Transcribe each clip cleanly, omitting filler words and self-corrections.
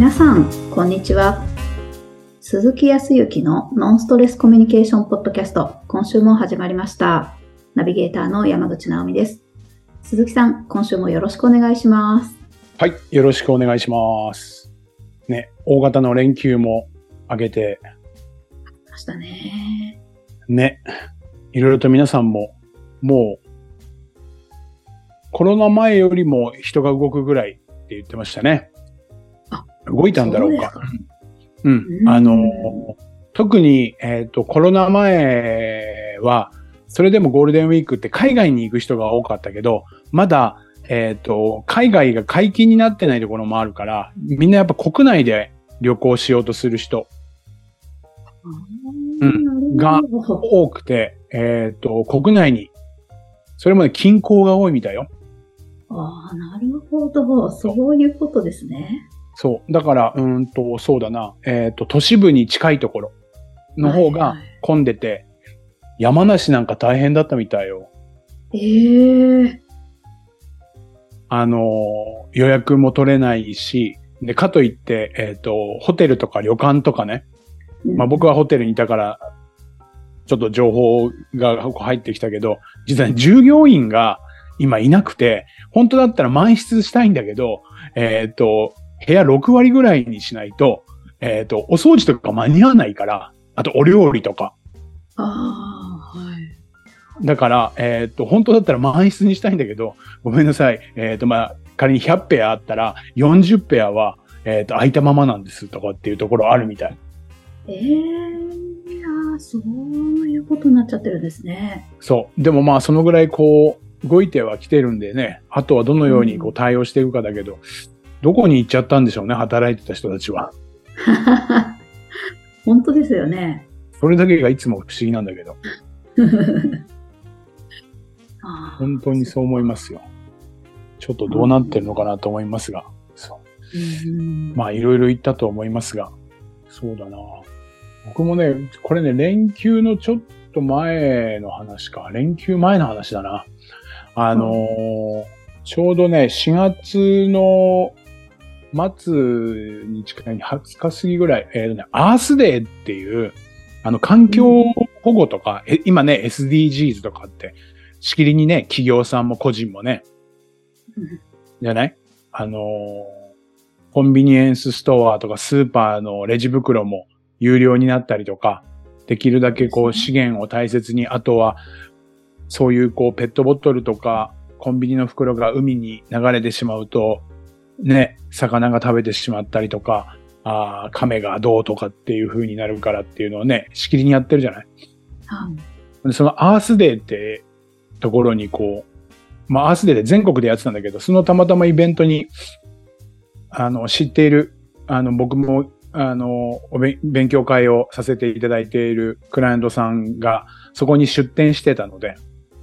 皆さん、こんにちは。鈴木康之のノンストレスコミュニケーションポッドキャスト、今週も始まりました。ナビゲーターの山口直美です。鈴木さん、今週もよろしくお願いします。 はい、よろしくお願いします。ね、大型の連休も明けて。 ましたね。 ね、いろいろと皆さんも、もう、コロナ前よりも人が動くぐらいって言ってましたね。動いたんだろうか。うん。特に、コロナ前は、それでもゴールデンウィークって海外に行く人が多かったけど、まだ、海外が解禁になってないところもあるから、みんなやっぱ国内で旅行しようとする人、が多くて、国内に、それまで近郊が多いみたいよ。 ああ、なるほど。そういうことですね。 そう。だから、そうだな。都市部に近いところの方が混んでて、山梨なんか大変だったみたいよ。予約も取れないし、で、かといって、ホテルとか旅館とかね。まあ僕はホテルにいたから、ちょっと情報が入ってきたけど、実は、ね、従業員が今いなくて、本当だったら満室したいんだけど、部屋6割ぐらいにしないと、お掃除とか間に合わないから、あとお料理とか。 はい。 だから、本当だったら満室にしたいんだけど、ごめんなさい。仮に100ペアあったら、40ペアは、空いたままなんですとかっていうところあるみたい。 そういうことになっちゃってるんですね。 そう。でもまあ、そのぐらい動いてはきてるんでね、あとはどのように対応していくかだけど、どこに行っちゃったんでしょうね、働いてた人たちは。 本当ですよね。 それだけがいつも不思議なんだけど。本当にそう思いますよ。ちょっとどうなってるのかなと思いますが。まあ、いろいろ言ったと思いますが。そうだな。僕もね、これね、連休のちょっと前の話か。連休前の話だな。ちょうどね、4月の末に近い20日過ぎぐらい、アースデーっていう、環境保護とか、今ね、SDGs とかって、しきりにね、企業さんも個人もね、じゃないコンビニエンスストアとかスーパーのレジ袋も有料になったりとか、できるだけ資源を大切に、あとは、そういうペットボトルとか、コンビニの袋が海に流れてしまうと、ね、魚が食べてしまったりとか、亀がどうとかっていう風になるからっていうのをね、しきりにやってるじゃない。でそのアースデーってところにまあアースデーで全国でやってたんだけど、そのたまたまイベントに、知っている、僕も、勉強会をさせていただいているクライアントさんがそこに出展してたので、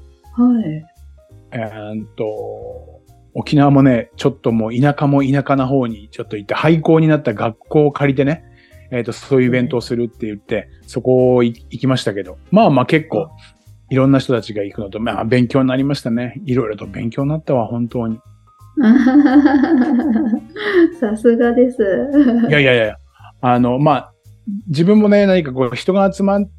沖縄もね、ちょっともう田舎も田舎な方にちょっと行って廃校になった学校を借りてね、そういうイベントをするって言って、そこを行きましたけど、まあまあ結構いろんな人たちが行くのと、まあ勉強になりましたね。いろいろと勉強になったわ、本当に。 さすがです。 いや。まあ、自分もね、何か人が集まって、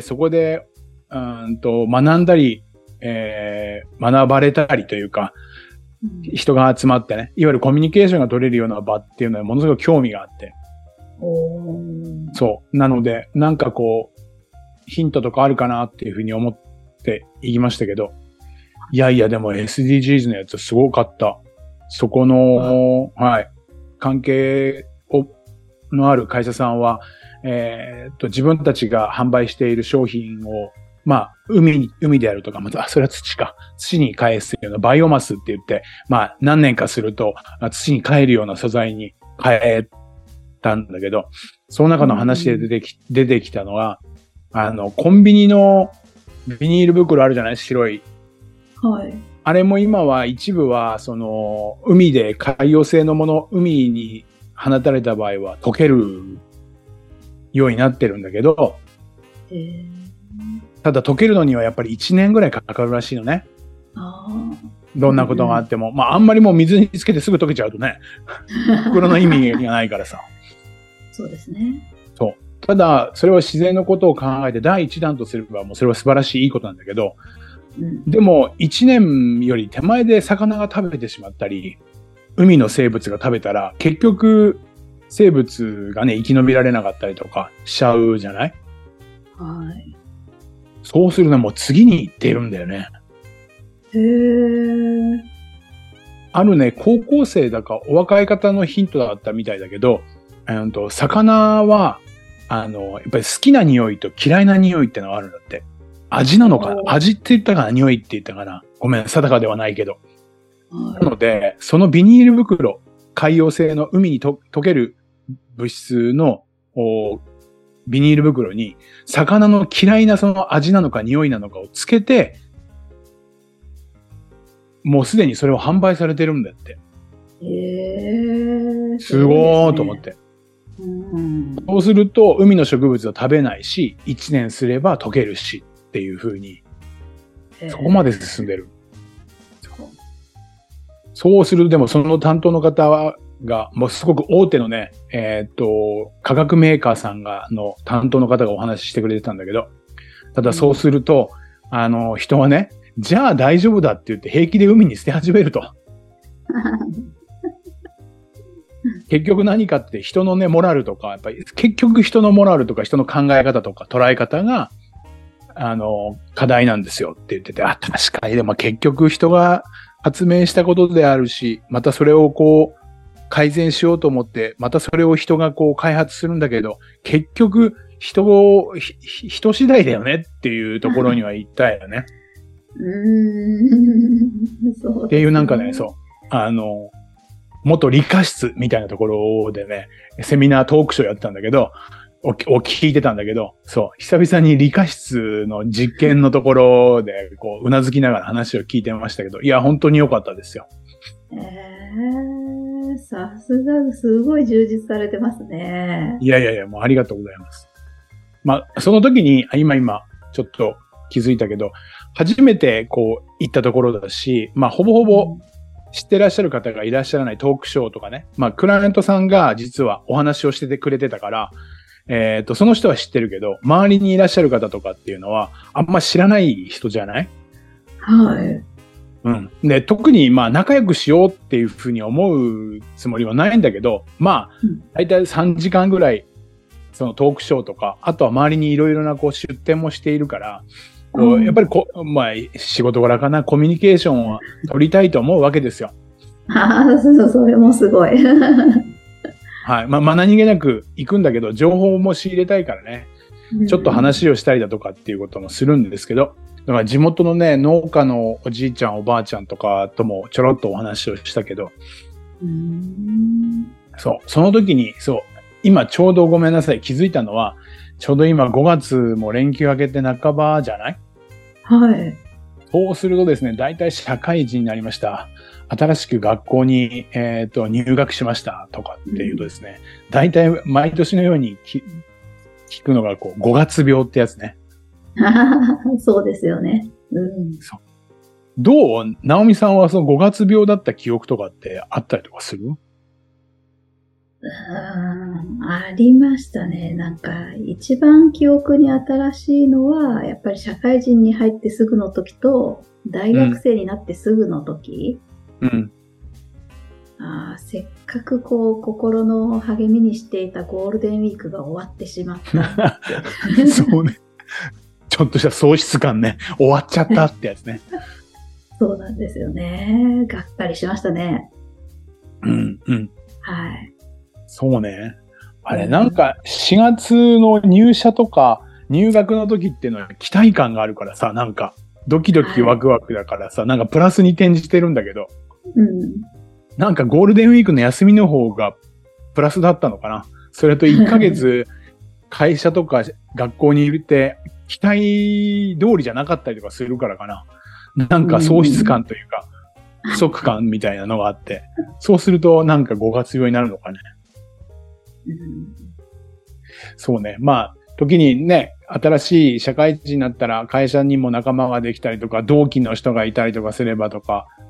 そこで、学んだり、学ばれたりというか、人が集まってね、いわゆるコミュニケーションが取れるような場っていうのはものすごく興味があって。そう。なので、なんかヒントとかあるかなっていうふうに思って言いましたけど、いやいや、でも SDGs のやつすごかった。そこの、関係のある会社さんは、自分たちが販売している商品を、まあ、海であるとか、また、それは土に返すようなバイオマスって言って、まあ、何年かすると、土に帰るような素材に変えたんだけど、その中の話で出てきたのは、コンビニのビニール袋あるじゃない？白い。あれも今は一部は、海で海洋性のもの、海に放たれた場合は溶けるようになってるんだけど、ただ溶けるのにはやっぱり1年ぐらいかかるらしいのね。 どんなことがあっても。まあ、あんまりもう水につけてすぐ溶けちゃうとね、袋の意味がないからさ。 そうですね。 そう。ただ、それは自然のことを考えて第一弾とすれば、もうそれは素晴らしいいいことなんだけど、でも、1年より手前で魚が食べてしまったり、海の生物が食べたら、結局、生物がね、生き延びられなかったりとかしちゃうじゃない？ はい。 そうするのも次に行ってるんだよね。 へー。 あるね、高校生だかお若い方のヒントだったみたいだけど、魚は、やっぱり好きな匂いと嫌いな匂いってのがあるんだって。味なのかな？味って言ったかな？匂いって言ったかな？ごめん、定かではないけど。なので、そのビニール袋、海洋性の海に溶ける物質のビニール袋に魚の嫌いなその味なのか匂いなのかをつけて、もうすでにそれを販売されてるんだって。すごーと思って。そうすると海の植物を食べないし、1年すれば溶けるしっていう風に、そこまで進んでる。そうする、でもその担当の方が、もうすごく大手のね、化学メーカーさんの担当の方がお話ししてくれてたんだけど、ただそうすると、人はね、じゃあ大丈夫だって言って平気で海に捨て始めると。結局何かって人のね、モラルとか、やっぱり結局人のモラルとか人の考え方とか捉え方が、課題なんですよって言ってて、あ、確かに、でも結局人が発明したことであるし、またそれをこう、改善しようと思って、またそれを人がこう開発するんだけど、結局人次第だよねっていうところには行ったよね。 そうっていうなんかね、そう。元理科室みたいなところでね、セミナートークショーやってたんだけど、聞いてたんだけど、そう、久々に理科室の実験のところで、こう、うなずきながら話を聞いてましたけど、いや、本当に良かったですよ。 さすが、すごい充実されてますね。 いやいやいや、もうありがとうございます。まあ、その時に、今、ちょっと気づいたけど、初めてこう、行ったところだし、まあ、ほぼほぼ知ってらっしゃる方がいらっしゃらないトークショーとかね、まあ、クライアントさんが実はお話をしててくれてたから、その人は知ってるけど、周りにいらっしゃる方とかっていうのは、あんま知らない人じゃない？ はい。 うん。で、特にまあ仲良くしようっていうふうに思うつもりはないんだけど、まあ、だいたい3時間ぐらい、そのトークショーとか、あとは周りにいろいろなこう出展もしているから、こうやっぱりまあ仕事柄かな、コミュニケーションは取りたいと思うわけですよ。 それもすごい。 はい。まあ、何気なく行くんだけど、情報も仕入れたいからね、ちょっと話をしたりだとかっていうこともするんですけど、だから地元のね、農家のおじいちゃん、おばあちゃんとかともちょろっとお話をしたけど、そう、その時に、そう、今ちょうどごめんなさい、気づいたのは、ちょうど今5月も連休明けて半ばじゃない？ はい。 そうするとですね、大体社会人になりました。新しく学校に、入学しましたとかっていうとですね、大体毎年のように聞くのがこう5月病ってやつね。 そうですよね。 そう。どう？直美さんはその5月病だった記憶とかってあったりとかする？ ありましたね。なんか、一番記憶に新しいのは、やっぱり社会人に入ってすぐの時と、大学生になってすぐの時。せっかくこう、心の励みにしていたゴールデンウィークが終わってしまった。 そうね。ちょっとした喪失感ね。終わっちゃったってやつね。 そうなんですよね。がっかりしましたね。はい。 そうね。あれ、なんか4月の入社とか入学の時っていうのは期待感があるからさ、なんかドキドキワクワクだからさ、なんかプラスに転じてるんだけど、なんかゴールデンウィークの休みの方がプラスだったのかな。それと1ヶ月会社とか学校にいて期待通りじゃなかったりとかするからかな。なんか喪失感というか、不足感みたいなのがあって、そうするとなんか5月病になるのかね。そうね。まあ、時にね、新しい社会人になったら会社にも仲間ができたりとか、同期の人がいたりとかすればとか、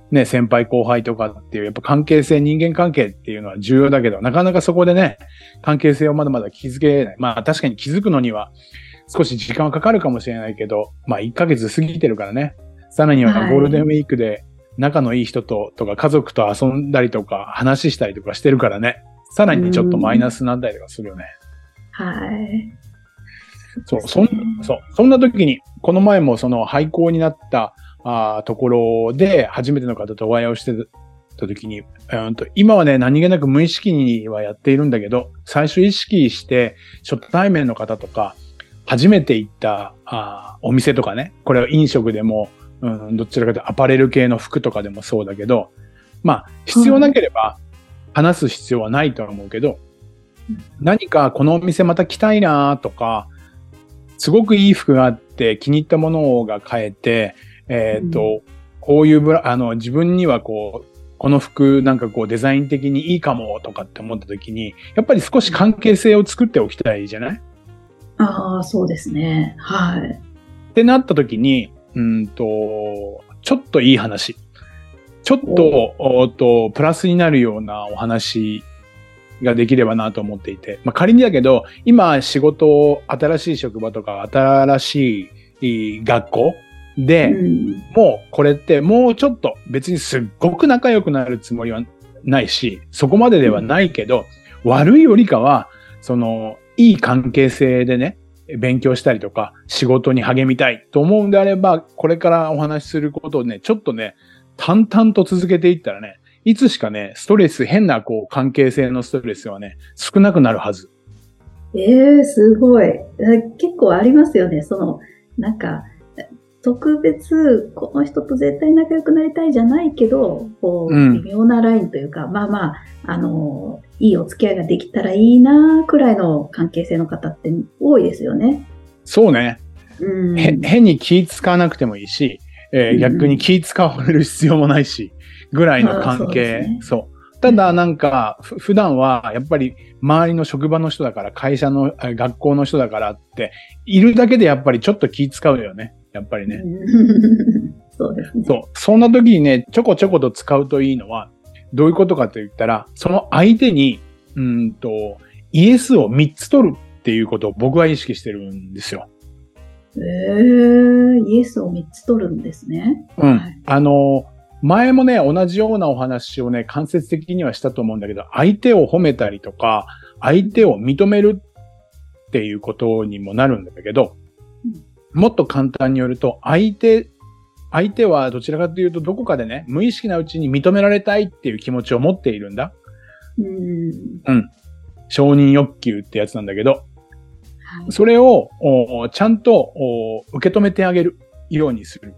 ね、先輩後輩とかっていう、やっぱ関係性、人間関係っていうのは重要だけど、なかなかそこでね、関係性をまだまだ築けない。まあ確かに気づくのには少し時間はかかるかもしれないけど、まあ1ヶ月過ぎてるからね。さらにはゴールデンウィークで仲のいい人とか家族と遊んだりとか話したりとかしてるからね。さらにちょっとマイナスになったりとかするよね。 はい。 そんな時に、この前もその廃校になったところで初めての方とお会いをしてた時に、今はね、何気なく無意識にはやっているんだけど、最初意識して初対面の方とか、初めて行ったお店とかね、これは飲食でも、どちらかというとアパレル系の服とかでもそうだけど、まあ、必要なければ話す必要はないとは思うけど、何かこのお店また来たいなとか、すごくいい服があって気に入ったものが買えて、こういう自分にはこの服なんかこうデザイン的にいいかもとかって思った時に、やっぱり少し関係性を作っておきたいじゃない？ ああ、そうですね。はい。 ってなった時に、ちょっといい話。ちょっと、プラスになるようなお話ができればなと思っていて。まあ、仮にだけど、今仕事、新しい職場とか、新しい学校で、もうこれってもうちょっと別にすっごく仲良くなるつもりはないし、そこまでではないけど、悪いよりかは、いい関係性でね、勉強したりとか、仕事に励みたいと思うんであれば、これからお話しすることをね、ちょっとね、淡々と続けていったらね、いつしかね、変な関係性のストレスはね、少なくなるはず。 すごい。結構ありますよね。なんか、特別、この人と絶対仲良くなりたいじゃないけど、微妙なラインというか、いいお付き合いができたらいいなくらいの関係性の方って多いですよね。 そうね。変に気使わなくてもいいし、逆に気使われる必要もないし、ぐらいの関係。そう。ただなんか、普段はやっぱり周りの職場の人だから、会社の、学校の人だからって、いるだけでやっぱりちょっと気使うよね。やっぱりね。 そうですね。 そう。そんな時にね、ちょこちょこと使うといいのは、どういうことかと言ったら、その相手に、イエスを3つ取るっていうことを僕は意識してるんですよ。 イエスを3つ取るんですね。 はい、前もね、同じようなお話をね、間接的にはしたと思うんだけど、相手を褒めたりとか、相手を認めるっていうことにもなるんだけど、もっと簡単に言うと、相手はどちらかというとどこかでね、無意識なうちに認められたいっていう気持ちを持っているんだ。承認欲求ってやつなんだけど、それをちゃんと受け止めてあげるようにする。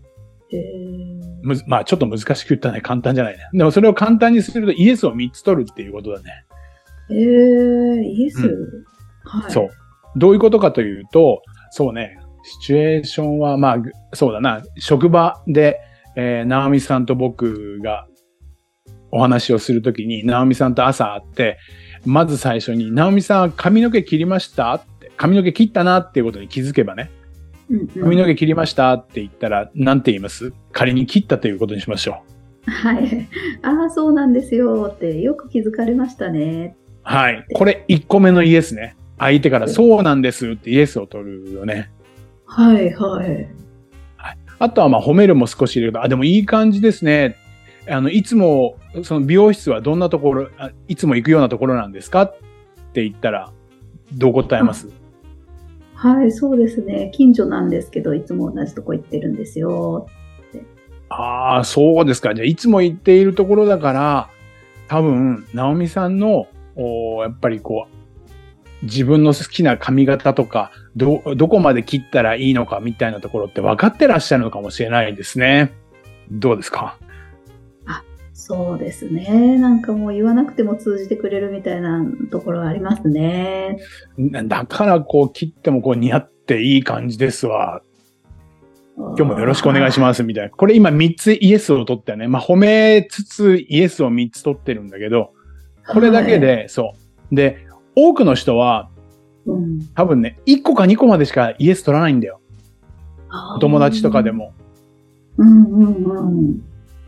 まあちょっと難しく言ったね。簡単じゃないね。でもそれを簡単にするとイエスを3つ取るっていうことだね。 イエス、はい。 そう。どういうことかというと、そうね、シチュエーションはまあそうだな、職場で、直美さんと僕がお話をするときに、直美さんと朝会って、まず最初に、直美さん髪の毛切りましたって、髪の毛切ったなっていうことに気づけばね、髪の毛切りましたって言ったら、なんて言います？仮に切ったということにしましょう。はい。ああ、そうなんですよって、よく気づかれましたね。 はい。これ1個目のイエスね。相手からそうなんですってイエスを取るよね。 はい、はい。 あとはまあ褒めるも少し入れると、でもいい感じですね。いつも、その美容室はどんなところ、いつも行くようなところなんですかって言ったら、どう答えます？ はい、そうですね。近所なんですけど、いつも同じとこ行ってるんですよって。 ああ、そうですか。じゃあ、いつも行っているところだから、多分、直美さんの、やっぱり自分の好きな髪型とか、どこまで切ったらいいのかみたいなところって分かってらっしゃるのかもしれないですね。どうですか？ そうですね。なんかもう言わなくても通じてくれるみたいなところはありますね。 だから切っても似合っていい感じですわ。今日もよろしくお願いしますみたいな。これ今3つイエスを取ったよね。まあ褒めつつイエスを3つ取ってるんだけど、これだけで、そう。で、多くの人は、多分ね、1個か2個までしかイエス取らないんだよ。お友達とかでも。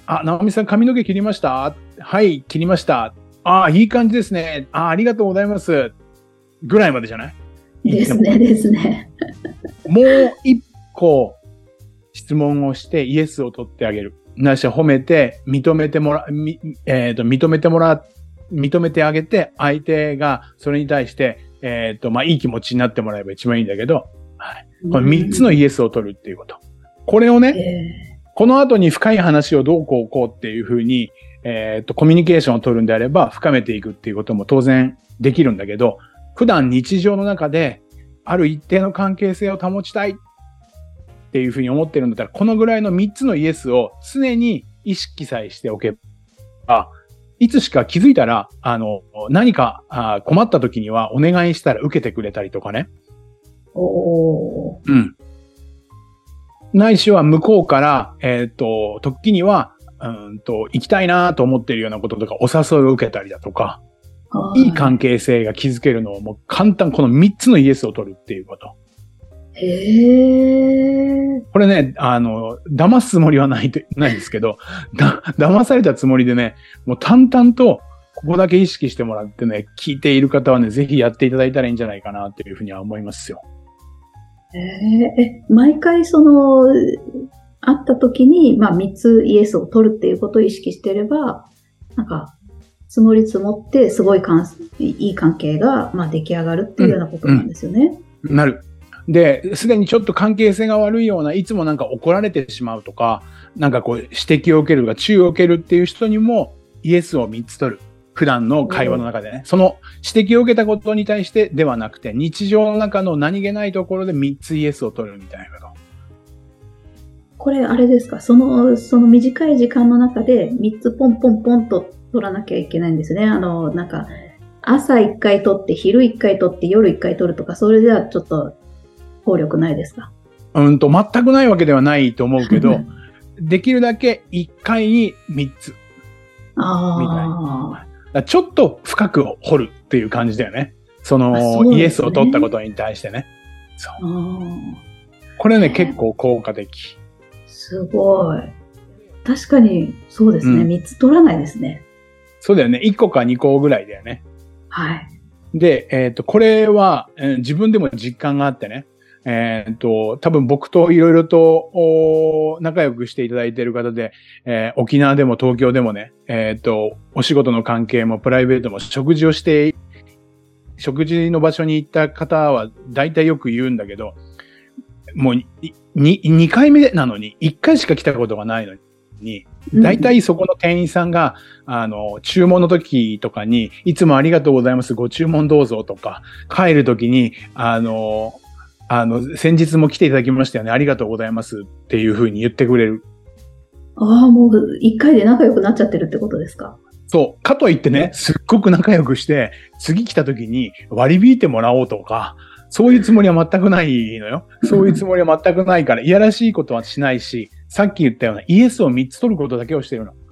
直美さん髪の毛切りました？はい、切りました。いい感じですね。ありがとうございます。ぐらいまでじゃない？ ですね、ですね。 もう一個質問をしてイエスを取ってあげる。なしは褒めて、認めてあげて、相手がそれに対して、いい気持ちになってもらえば一番いいんだけど、はい。この3つのイエスを取るっていうこと。これをね、この後に深い話をどうこうっていうふうに、コミュニケーションを取るんであれば深めていくっていうことも当然できるんだけど、普段日常の中である一定の関係性を保ちたいっていうふうに思ってるんだったら、このぐらいの3つのイエスを常に意識さえしておけば、いつしか気づいたら、何か困った時にはお願いしたら受けてくれたりとかね。ないしは向こうから、時には、行きたいなと思っているようなこととかお誘いを受けたりだとか、いい関係性が築けるのをもう簡単、この3つのイエスを取るっていうこと。これね、騙すつもりはないですけど、騙されたつもりでね、もう淡々と、ここだけ意識してもらってね、聞いている方はね、ぜひやっていただいたらいいんじゃないかなっていうふうには思いますよ。 毎回会った時に、3つイエスを取るっていうことを意識してれば、なんか、積もり積もって、すごいいい関係が、出来上がるっていうようなことなんですよね。 なる。で、すでにちょっと関係性が悪いような、いつもなんか怒られてしまうとか、なんかこう、指摘を受けるとか、注意を受けるっていう人にも、イエスを3つ取る。普段の会話の中でね。その指摘を受けたことに対してではなくて、日常の中の何気ないところで3つイエスを取るみたいなこと。 これ、あれですか、その短い時間の中で3つポンポンポンと取らなきゃいけないんですね。なんか、朝1回取って、昼1回取って、夜1回取るとか、それではちょっと、効力ないですか？ 全くないわけではないと思うけど、できるだけ1回に3つ。みたいな。ちょっと深く掘るっていう感じだよね。イエスを取ったことに対してね。そう。これね、結構効果的。 すごい。確かに、そうですね。3つ取らないですね。 そうだよね。1個か2個ぐらいだよね。 はい。 で、これは、自分でも実感があってね。多分僕といろいろと仲良くしていただいている方で、沖縄でも東京でもね、お仕事の関係もプライベートも食事の場所に行った方は大体よく言うんだけど、もう2回目なのに1回しか来たことがないのに、大体そこの店員さんが、注文の時とかに、いつもありがとうございます、ご注文どうぞとか、帰る時に、先日も来ていただきましたよね。ありがとうございますっていう風に言ってくれる。 もう一回で仲良くなっちゃってるってことですか？ そう。かといってね、すっごく仲良くして、次来た時に割り引いてもらおうとか、そういうつもりは全くないのよ。そういうつもりは全くないから、いやらしいことはしないし、さっき言ったようなイエスを3つ取ることだけをしてるの。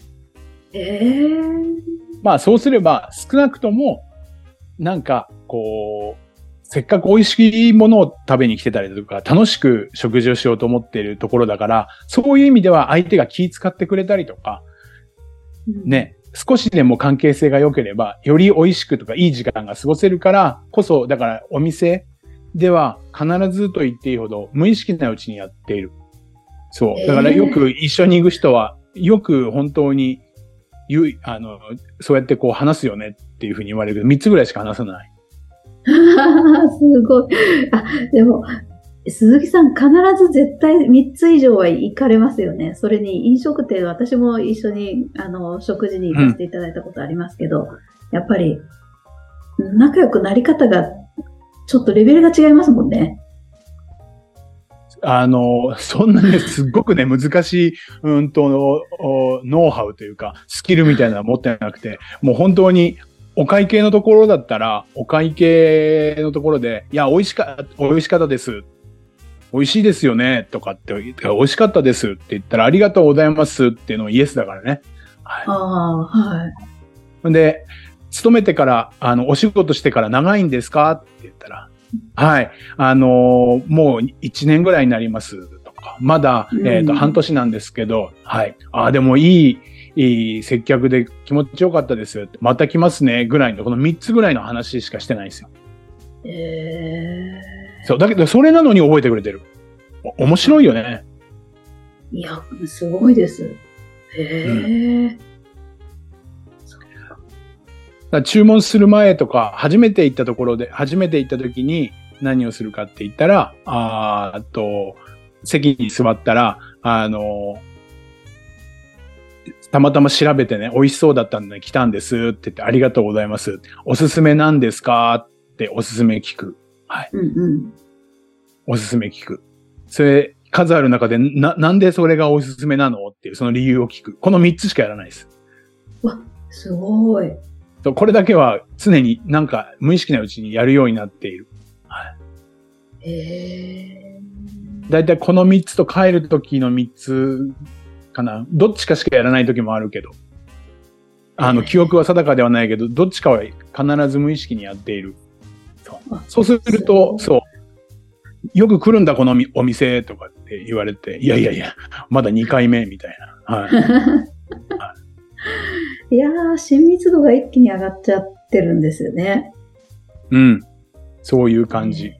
そうすれば、少なくとも、なんか、こう、せっかく美味しいものを食べに来てたりとか、楽しく食事をしようと思っているところだから、そういう意味では相手が気遣ってくれたりとか、ね、少しでも関係性が良ければ、より美味しくとかいい時間が過ごせるからこそ、だからお店では必ずと言っていいほど無意識なうちにやっている。そう。だからよく一緒に行く人は、よく本当にそうやってこう話すよねっていうふうに言われるけど、3つぐらいしか話さない。 すごい。でも、鈴木さん必ず絶対3つ以上は行かれますよね。それに飲食店、私も一緒に食事に行かせていただいたことありますけど、やっぱり仲良くなり方がちょっとレベルが違いますもんね。 そんなね、すっごくね、難しい、ノウハウというか、スキルみたいなのは持ってなくて、もう本当に、お会計のところだったら、お会計のところで、いや、美味しかったです。美味しいですよね、とかって美味しかったですって言ったら、ありがとうございますっていうのはイエスだからね。 はい。はい。 で、勤めてから、お仕事してから長いんですかって言ったら、はい。もう1年ぐらいになりますととか、まだ、半年なんですけど、はい。でもいい接客で気持ちよかったですよ。また来ますね、ぐらいの、この3つぐらいの話しかしてないんですよ。そう、だけど、それなのに覚えてくれてる。面白いよね。 いや、すごいです。 注文する前とか、初めて行った時に何をするかって言ったら、席に座ったら、たまたま調べてね、美味しそうだったんで来たんですって言って、ありがとうございます。おすすめなんですかっておすすめ聞く。はい。おすすめ聞く。それ、数ある中で、なんでそれがおすすめなのっていう、その理由を聞く。この3つしかやらないです。 わ、すごい。 これだけは常になんか無意識なうちにやるようになっている。はい。だいたいこの3つと帰る時の3つかな。どっちかしかやらない時もあるけど。記憶は定かではないけど、どっちかは必ず無意識にやっている。そうすると、よく来るんだこのお店とかって言われて、いや、まだ2回目みたいな。はい。 いやー、親密度が一気に上がっちゃってるんですよね。 うん。そういう感じ。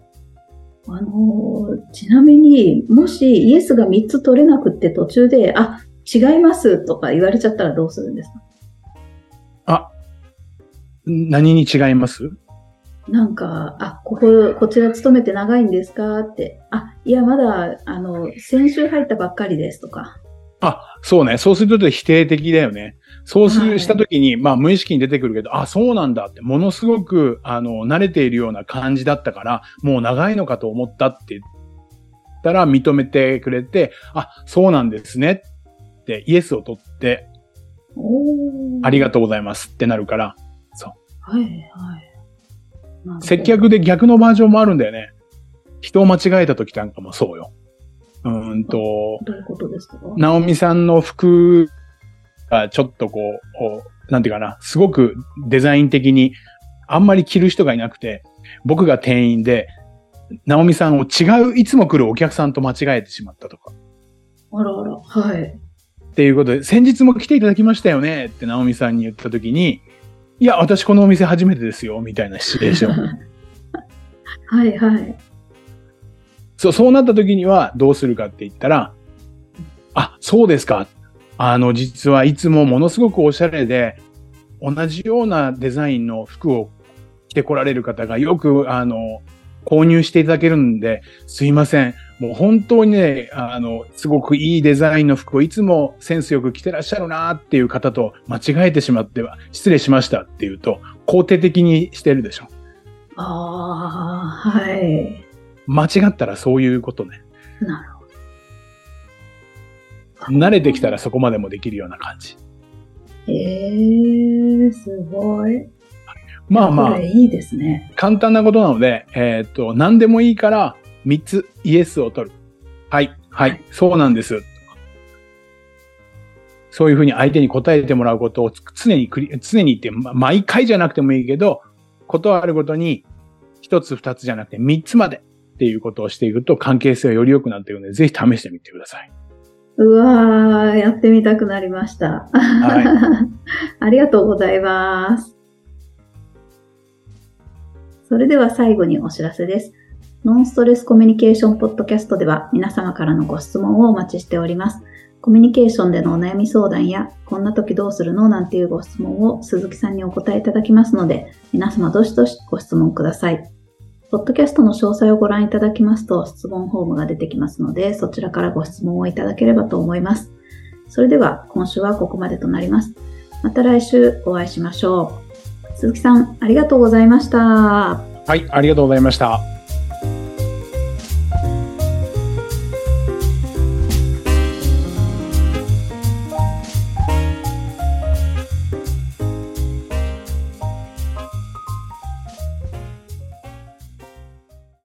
ちなみに、もしイエスが3つ取れなくって途中で、違いますとか言われちゃったらどうするんですか？ 何に違います？ なんか、こちら勤めて長いんですかって。いや、まだ、先週入ったばっかりですとか。 そうね。そうすると否定的だよね。そうしたときに、無意識に出てくるけど、そうなんだって、ものすごく、慣れているような感じだったから、もう長いのかと思ったって言ったら認めてくれて、そうなんですねって、イエスを取って、ありがとうございますってなるから、そう。 はいはい。 接客で逆のバージョンもあるんだよね。人を間違えたときなんかもそうよ。 どういうことですか？ ナオミさんの服がちょっとなんていうかな、すごくデザイン的にあんまり着る人がいなくて、僕が店員で、ナオミさんをいつも来るお客さんと間違えてしまったとか。 あらあら、はい。 っていうことで、先日も来ていただきましたよねってナオミさんに言ったときに、いや、私このお店初めてですよ、みたいなシチュエーション。 はいはい。 そうなった時にはどうするかって言ったら、そうですか。実はいつもものすごくおしゃれで、同じようなデザインの服を着て来られる方がよく、購入していただけるんで、すいません。もう本当にね、すごくいいデザインの服をいつもセンスよく着てらっしゃるなっていう方と間違えてしまっては、失礼しましたっていうと、肯定的にしてるでしょ。 はい。 間違ったらそういうことね。 なるほど。 慣れてきたらそこまでもできるような感じ。 すごい。これいいですね。 簡単なことなので、何でもいいから3つイエスを取る。はい、そうなんです。そういうふうに相手に答えてもらうことを常に言って、毎回じゃなくてもいいけど、ことあるごとに1つ2つじゃなくて3つまでっていうことをしていくと関係性はより良くなっていくので、ぜひ試してみてください。 うわー、やってみたくなりました。はい。ありがとうございます。それでは最後にお知らせです。ノンストレスコミュニケーションポッドキャストでは皆様からのご質問をお待ちしております。コミュニケーションでのお悩み相談や、こんな時どうするのなんていうご質問を鈴木さんにお答えいただきますので、皆様どしどしご質問ください。ポッドキャストの詳細をご覧いただきますと質問フォームが出てきますので、そちらからご質問をいただければと思います。それでは今週はここまでとなります。また来週お会いしましょう。鈴木さん、ありがとうございました。 はい、ありがとうございました。